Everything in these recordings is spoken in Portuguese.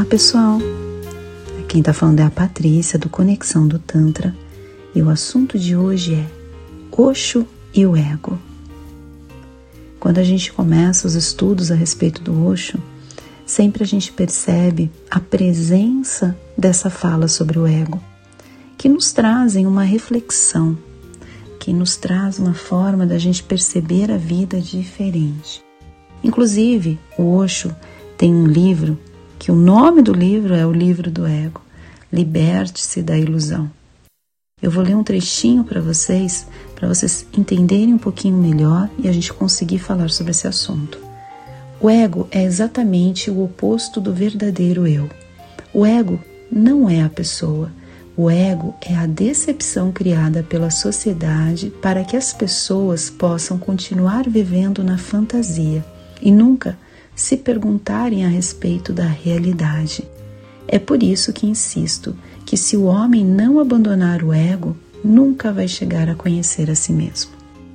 pessoal, quem está falando é a Patrícia do Conexão do Tantra e o assunto de hoje é Osho e o ego. Quando a gente começa os estudos a respeito do Osho, sempre a gente percebe a presença dessa fala sobre o ego, que nos trazem uma reflexão, que nos traz uma forma da gente perceber a vida diferente. Inclusive, o Osho tem um livro, que o nome do livro é o livro do ego, Liberte-se da ilusão. Eu vou ler um trechinho para vocês entenderem um pouquinho melhor e a gente conseguir falar sobre esse assunto. O ego é exatamente o oposto do verdadeiro eu. O ego não é a pessoa. O ego é a decepção criada pela sociedade para que as pessoas possam continuar vivendo na fantasia e nunca se perguntarem a respeito da realidade. É por isso que insisto que se o homem não abandonar o ego, nunca vai chegar a conhecer a si mesmo.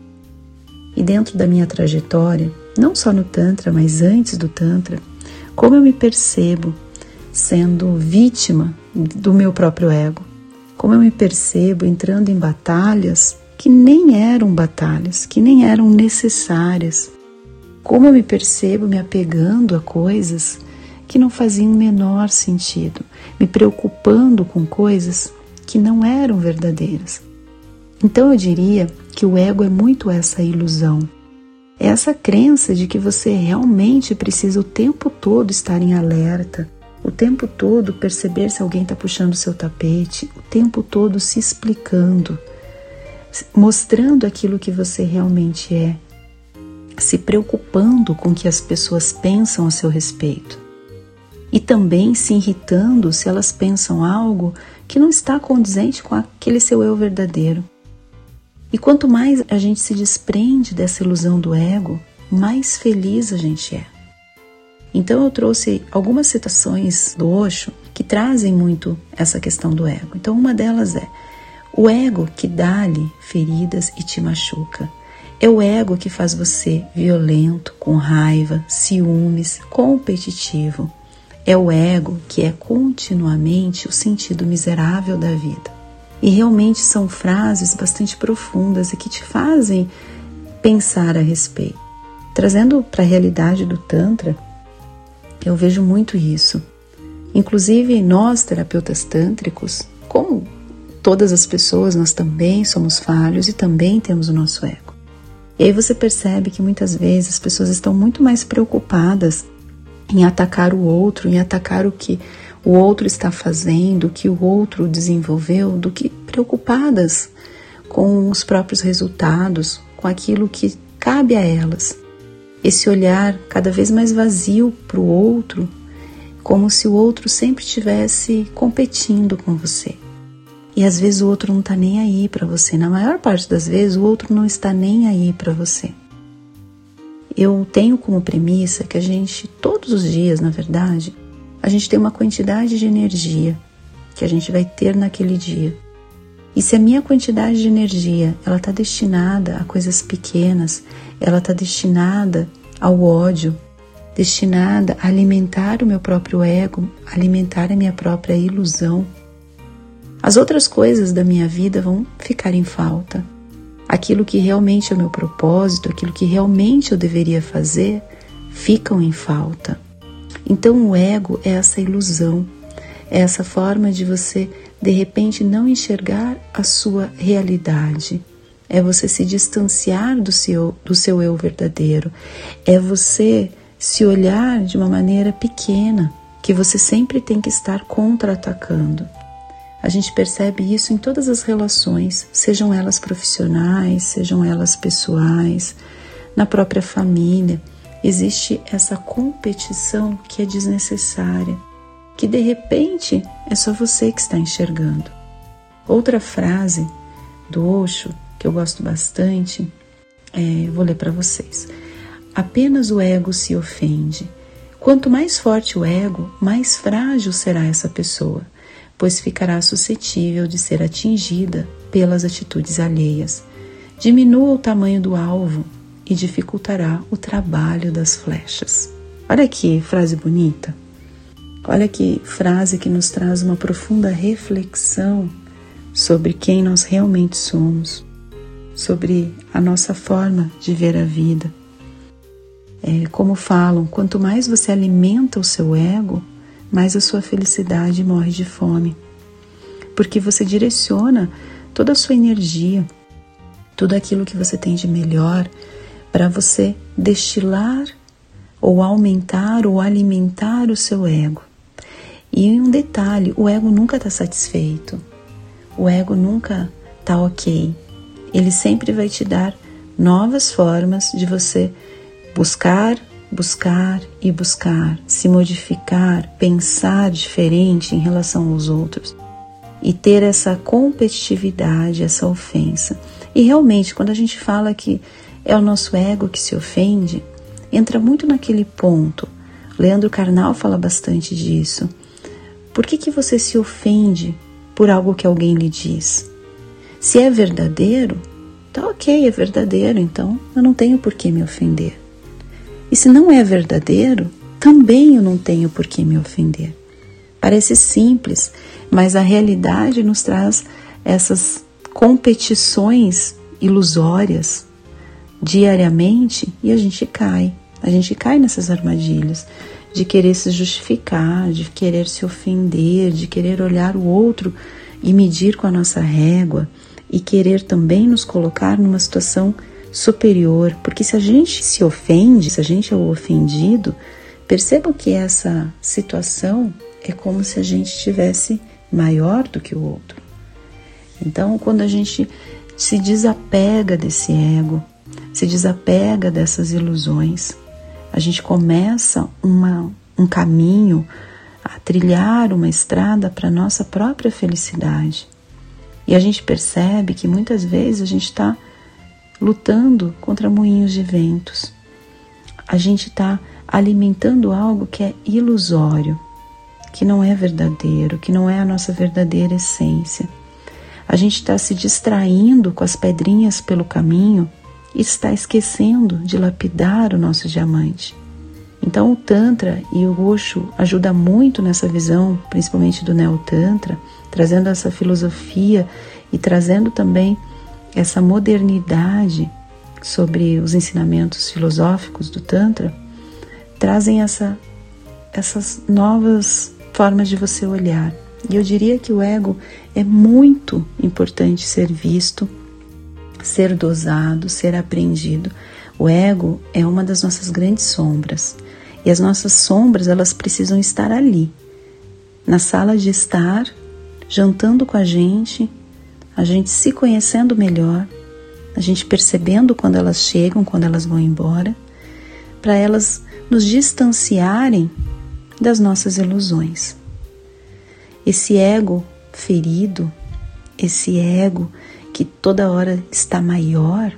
E dentro da minha trajetória, não só no Tantra, mas antes do Tantra, como eu me percebo sendo vítima do meu próprio ego, como eu me percebo entrando em batalhas que nem eram batalhas, que nem eram necessárias, como eu me percebo me apegando a coisas que não faziam o menor sentido, me preocupando com coisas que não eram verdadeiras. Então eu diria que o ego é muito essa ilusão, é essa crença de que você realmente precisa o tempo todo estar em alerta, o tempo todo perceber se alguém está puxando o seu tapete, o tempo todo se explicando, mostrando aquilo que você realmente é, se preocupando com o que as pessoas pensam a seu respeito. E também se irritando se elas pensam algo que não está condizente com aquele seu eu verdadeiro. E quanto mais a gente se desprende dessa ilusão do ego, mais feliz a gente é. Então eu trouxe algumas citações do Osho que trazem muito essa questão do ego. Então uma delas é: o ego que dá-lhe feridas e te machuca. É o ego que faz você violento, com raiva, ciúmes, competitivo. É o ego que é continuamente o sentido miserável da vida. E realmente são frases bastante profundas e que te fazem pensar a respeito. Trazendo para a realidade do Tantra, eu vejo muito isso. Inclusive nós, terapeutas tântricos, como todas as pessoas, nós também somos falhos e também temos o nosso ego. E aí você percebe que muitas vezes as pessoas estão muito mais preocupadas em atacar o outro, em atacar o que o outro está fazendo, o que o outro desenvolveu, do que preocupadas com os próprios resultados, com aquilo que cabe a elas. Esse olhar cada vez mais vazio para o outro, como se o outro sempre estivesse competindo com você. E às vezes o outro não está nem aí para você. Na maior parte das vezes o outro não está nem aí para você. Eu tenho como premissa que a gente, todos os dias, na verdade, a gente tem uma quantidade de energia que a gente vai ter naquele dia. E se a minha quantidade de energia, ela está destinada a coisas pequenas, ela está destinada ao ódio, destinada a alimentar o meu próprio ego, alimentar a minha própria ilusão, as outras coisas da minha vida vão ficar em falta. Aquilo que realmente é o meu propósito, aquilo que realmente eu deveria fazer, ficam em falta. Então o ego é essa ilusão, é essa forma de você, de repente, não enxergar a sua realidade. É você se distanciar do seu eu verdadeiro. É você se olhar de uma maneira pequena, que você sempre tem que estar contra-atacando. A gente percebe isso em todas as relações, sejam elas profissionais, sejam elas pessoais, na própria família. Existe essa competição que é desnecessária, que de repente é só você que está enxergando. Outra frase do Osho, que eu gosto bastante, vou ler para vocês. Apenas o ego se ofende. Quanto mais forte o ego, mais frágil será essa pessoa, pois ficará suscetível de ser atingida pelas atitudes alheias. Diminua o tamanho do alvo e dificultará o trabalho das flechas. Olha que frase bonita. Olha que frase que nos traz uma profunda reflexão sobre quem nós realmente somos, sobre a nossa forma de ver a vida. Como falam, quanto mais você alimenta o seu ego, mais a sua felicidade morre de fome. Porque você direciona toda a sua energia, tudo aquilo que você tem de melhor, para você destilar ou aumentar ou alimentar o seu ego. E um detalhe, o ego nunca está satisfeito, o ego nunca está ok. Ele sempre vai te dar novas formas de você buscar e buscar, se modificar, pensar diferente em relação aos outros e ter essa competitividade, essa ofensa. E realmente, quando a gente fala que é o nosso ego que se ofende, entra muito naquele ponto. Leandro Carnal fala bastante disso. Por que você se ofende por algo que alguém lhe diz? Se é verdadeiro, tá ok, é verdadeiro, então eu não tenho por que me ofender. E se não é verdadeiro, também eu não tenho por que me ofender. Parece simples, mas a realidade nos traz essas competições ilusórias diariamente e a gente cai nessas armadilhas de querer se justificar, de querer se ofender, de querer olhar o outro e medir com a nossa régua e querer também nos colocar numa situação superior, porque se a gente se ofende, se a gente é o ofendido, percebam que essa situação é como se a gente estivesse maior do que o outro. Então, quando a gente se desapega desse ego, se desapega dessas ilusões, a gente começa um caminho a trilhar uma estrada para a nossa própria felicidade. E a gente percebe que muitas vezes a gente está lutando contra moinhos de ventos. A gente está alimentando algo que é ilusório, que não é verdadeiro, que não é a nossa verdadeira essência. A gente está se distraindo com as pedrinhas pelo caminho e está esquecendo de lapidar o nosso diamante. Então o Tantra e o Osho ajudam muito nessa visão, principalmente do Neo-Tantra, trazendo essa filosofia e trazendo também essa modernidade sobre os ensinamentos filosóficos do Tantra, trazem essas novas formas de você olhar. E eu diria que o ego é muito importante ser visto, ser dosado, ser aprendido. O ego é uma das nossas grandes sombras. E as nossas sombras, elas precisam estar ali, na sala de estar, jantando com a gente se conhecendo melhor, a gente percebendo quando elas chegam, quando elas vão embora, para elas nos distanciarem das nossas ilusões. Esse ego ferido, esse ego que toda hora está maior,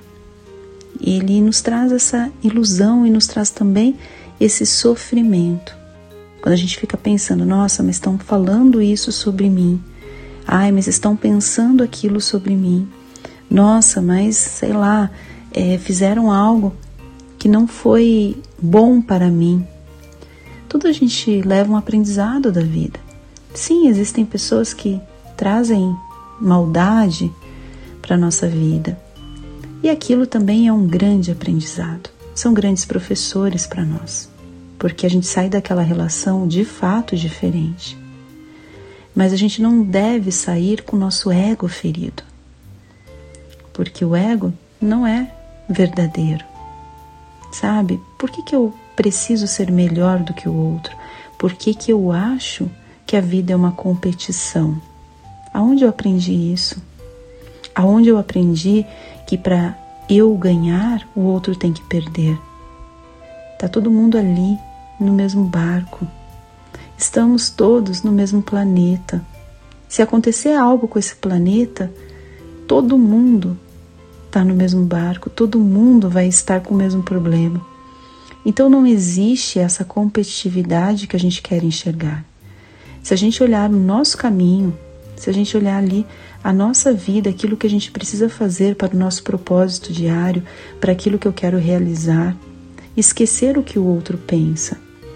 ele nos traz essa ilusão e nos traz também esse sofrimento. Quando a gente fica pensando, nossa, mas estão falando isso sobre mim. Ai, mas estão pensando aquilo sobre mim. Nossa, mas sei lá, fizeram algo que não foi bom para mim. Tudo a gente leva um aprendizado da vida. Sim, existem pessoas que trazem maldade para a nossa vida. E aquilo também é um grande aprendizado. São grandes professores para nós, porque a gente sai daquela relação de fato diferente. Mas a gente não deve sair com o nosso ego ferido, porque o ego não é verdadeiro. Sabe? Por que eu preciso ser melhor do que o outro? Por que eu acho que a vida é uma competição? Aonde eu aprendi isso? Aonde eu aprendi que para eu ganhar, o outro tem que perder? Tá todo mundo ali no mesmo barco. Estamos todos no mesmo planeta. Se acontecer algo com esse planeta, todo mundo está no mesmo barco, todo mundo vai estar com o mesmo problema. Então não existe essa competitividade que a gente quer enxergar. Se a gente olhar no nosso caminho, se a gente olhar ali a nossa vida, aquilo que a gente precisa fazer para o nosso propósito diário, para aquilo que eu quero realizar, esquecer o que o outro pensa.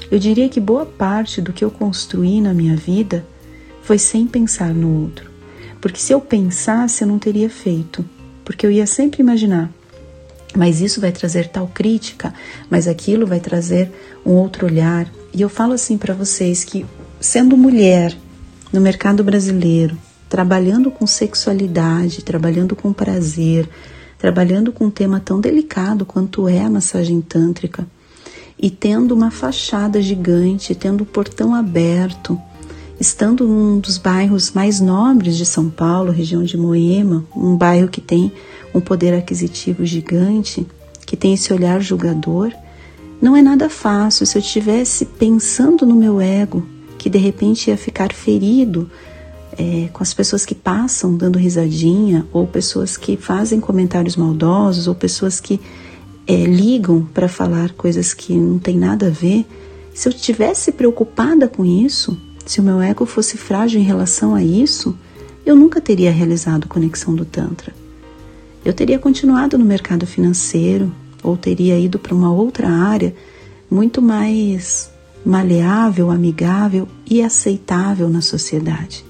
Eu diria que boa parte do que eu construí na minha vida foi sem pensar no outro. Porque se eu pensasse, eu não teria feito. Porque eu ia sempre imaginar, mas isso vai trazer tal crítica, mas aquilo vai trazer um outro olhar. E eu falo assim para vocês que, sendo mulher no mercado brasileiro, trabalhando com sexualidade, trabalhando com prazer, trabalhando com um tema tão delicado quanto é a massagem tântrica, e tendo uma fachada gigante, tendo um portão aberto, estando num dos bairros mais nobres de São Paulo, região de Moema, um bairro que tem um poder aquisitivo gigante, que tem esse olhar julgador, não é nada fácil. Se eu estivesse pensando no meu ego, que de repente ia ficar ferido com as pessoas que passam dando risadinha, ou pessoas que fazem comentários maldosos, ou pessoas que ligam para falar coisas que não tem nada a ver, se eu estivesse preocupada com isso, se o meu ego fosse frágil em relação a isso, eu nunca teria realizado Conexão do Tantra. Eu teria continuado no mercado financeiro, ou teria ido para uma outra área muito mais maleável, amigável e aceitável na sociedade.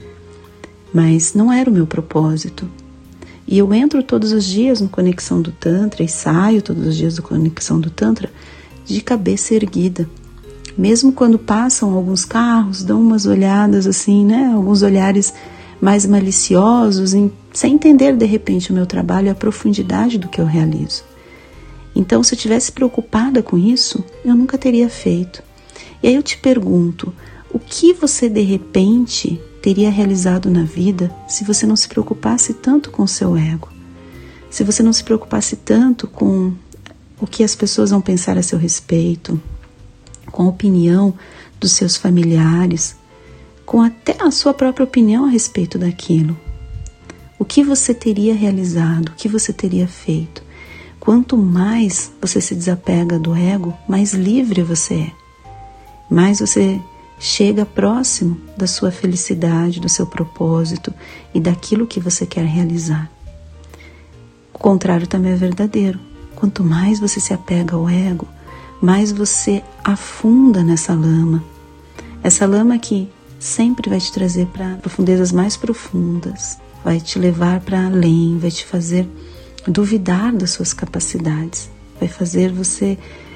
Mas não era o meu propósito. E eu entro todos os dias no Conexão do Tantra e saio todos os dias do Conexão do Tantra de cabeça erguida. Mesmo quando passam alguns carros, dão umas olhadas assim, né? Alguns olhares mais maliciosos, sem entender de repente o meu trabalho e a profundidade do que eu realizo. Então, se eu tivesse preocupada com isso, eu nunca teria feito. E aí eu te pergunto, o que você de repente teria realizado na vida se você não se preocupasse tanto com o seu ego? Se você não se preocupasse tanto com o que as pessoas vão pensar a seu respeito, com a opinião dos seus familiares, com até a sua própria opinião a respeito daquilo. O que você teria realizado, o que você teria feito? Quanto mais você se desapega do ego, mais livre você é. Mais você chega próximo da sua felicidade, do seu propósito e daquilo que você quer realizar. O contrário também é verdadeiro. Quanto mais você se apega ao ego, mais você afunda nessa lama. Essa lama que sempre vai te trazer para profundezas mais profundas, vai te levar para além, vai te fazer duvidar das suas capacidades, vai fazer você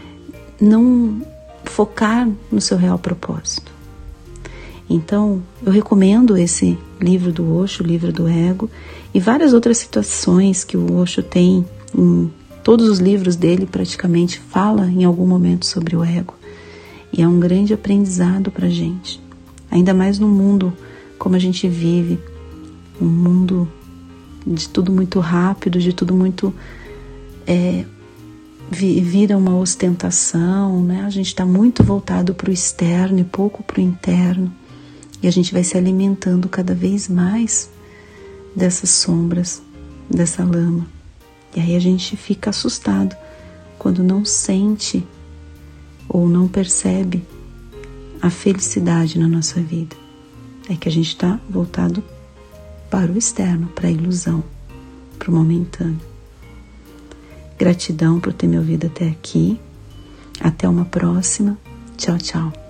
não focar no seu real propósito. Então, eu recomendo esse livro do Osho, o livro do ego, e várias outras situações que o Osho tem em todos os livros dele, praticamente fala em algum momento sobre o ego. E é um grande aprendizado para a gente. Ainda mais no mundo como a gente vive, um mundo de tudo muito rápido, de tudo muito vira uma ostentação, né? A gente está muito voltado para o externo e pouco para o interno. E a gente vai se alimentando cada vez mais dessas sombras, dessa lama. E aí a gente fica assustado quando não sente ou não percebe a felicidade na nossa vida. É que a gente está voltado para o externo, para a ilusão, para o momentâneo. Gratidão por ter me ouvido até aqui. Até uma próxima. Tchau, tchau.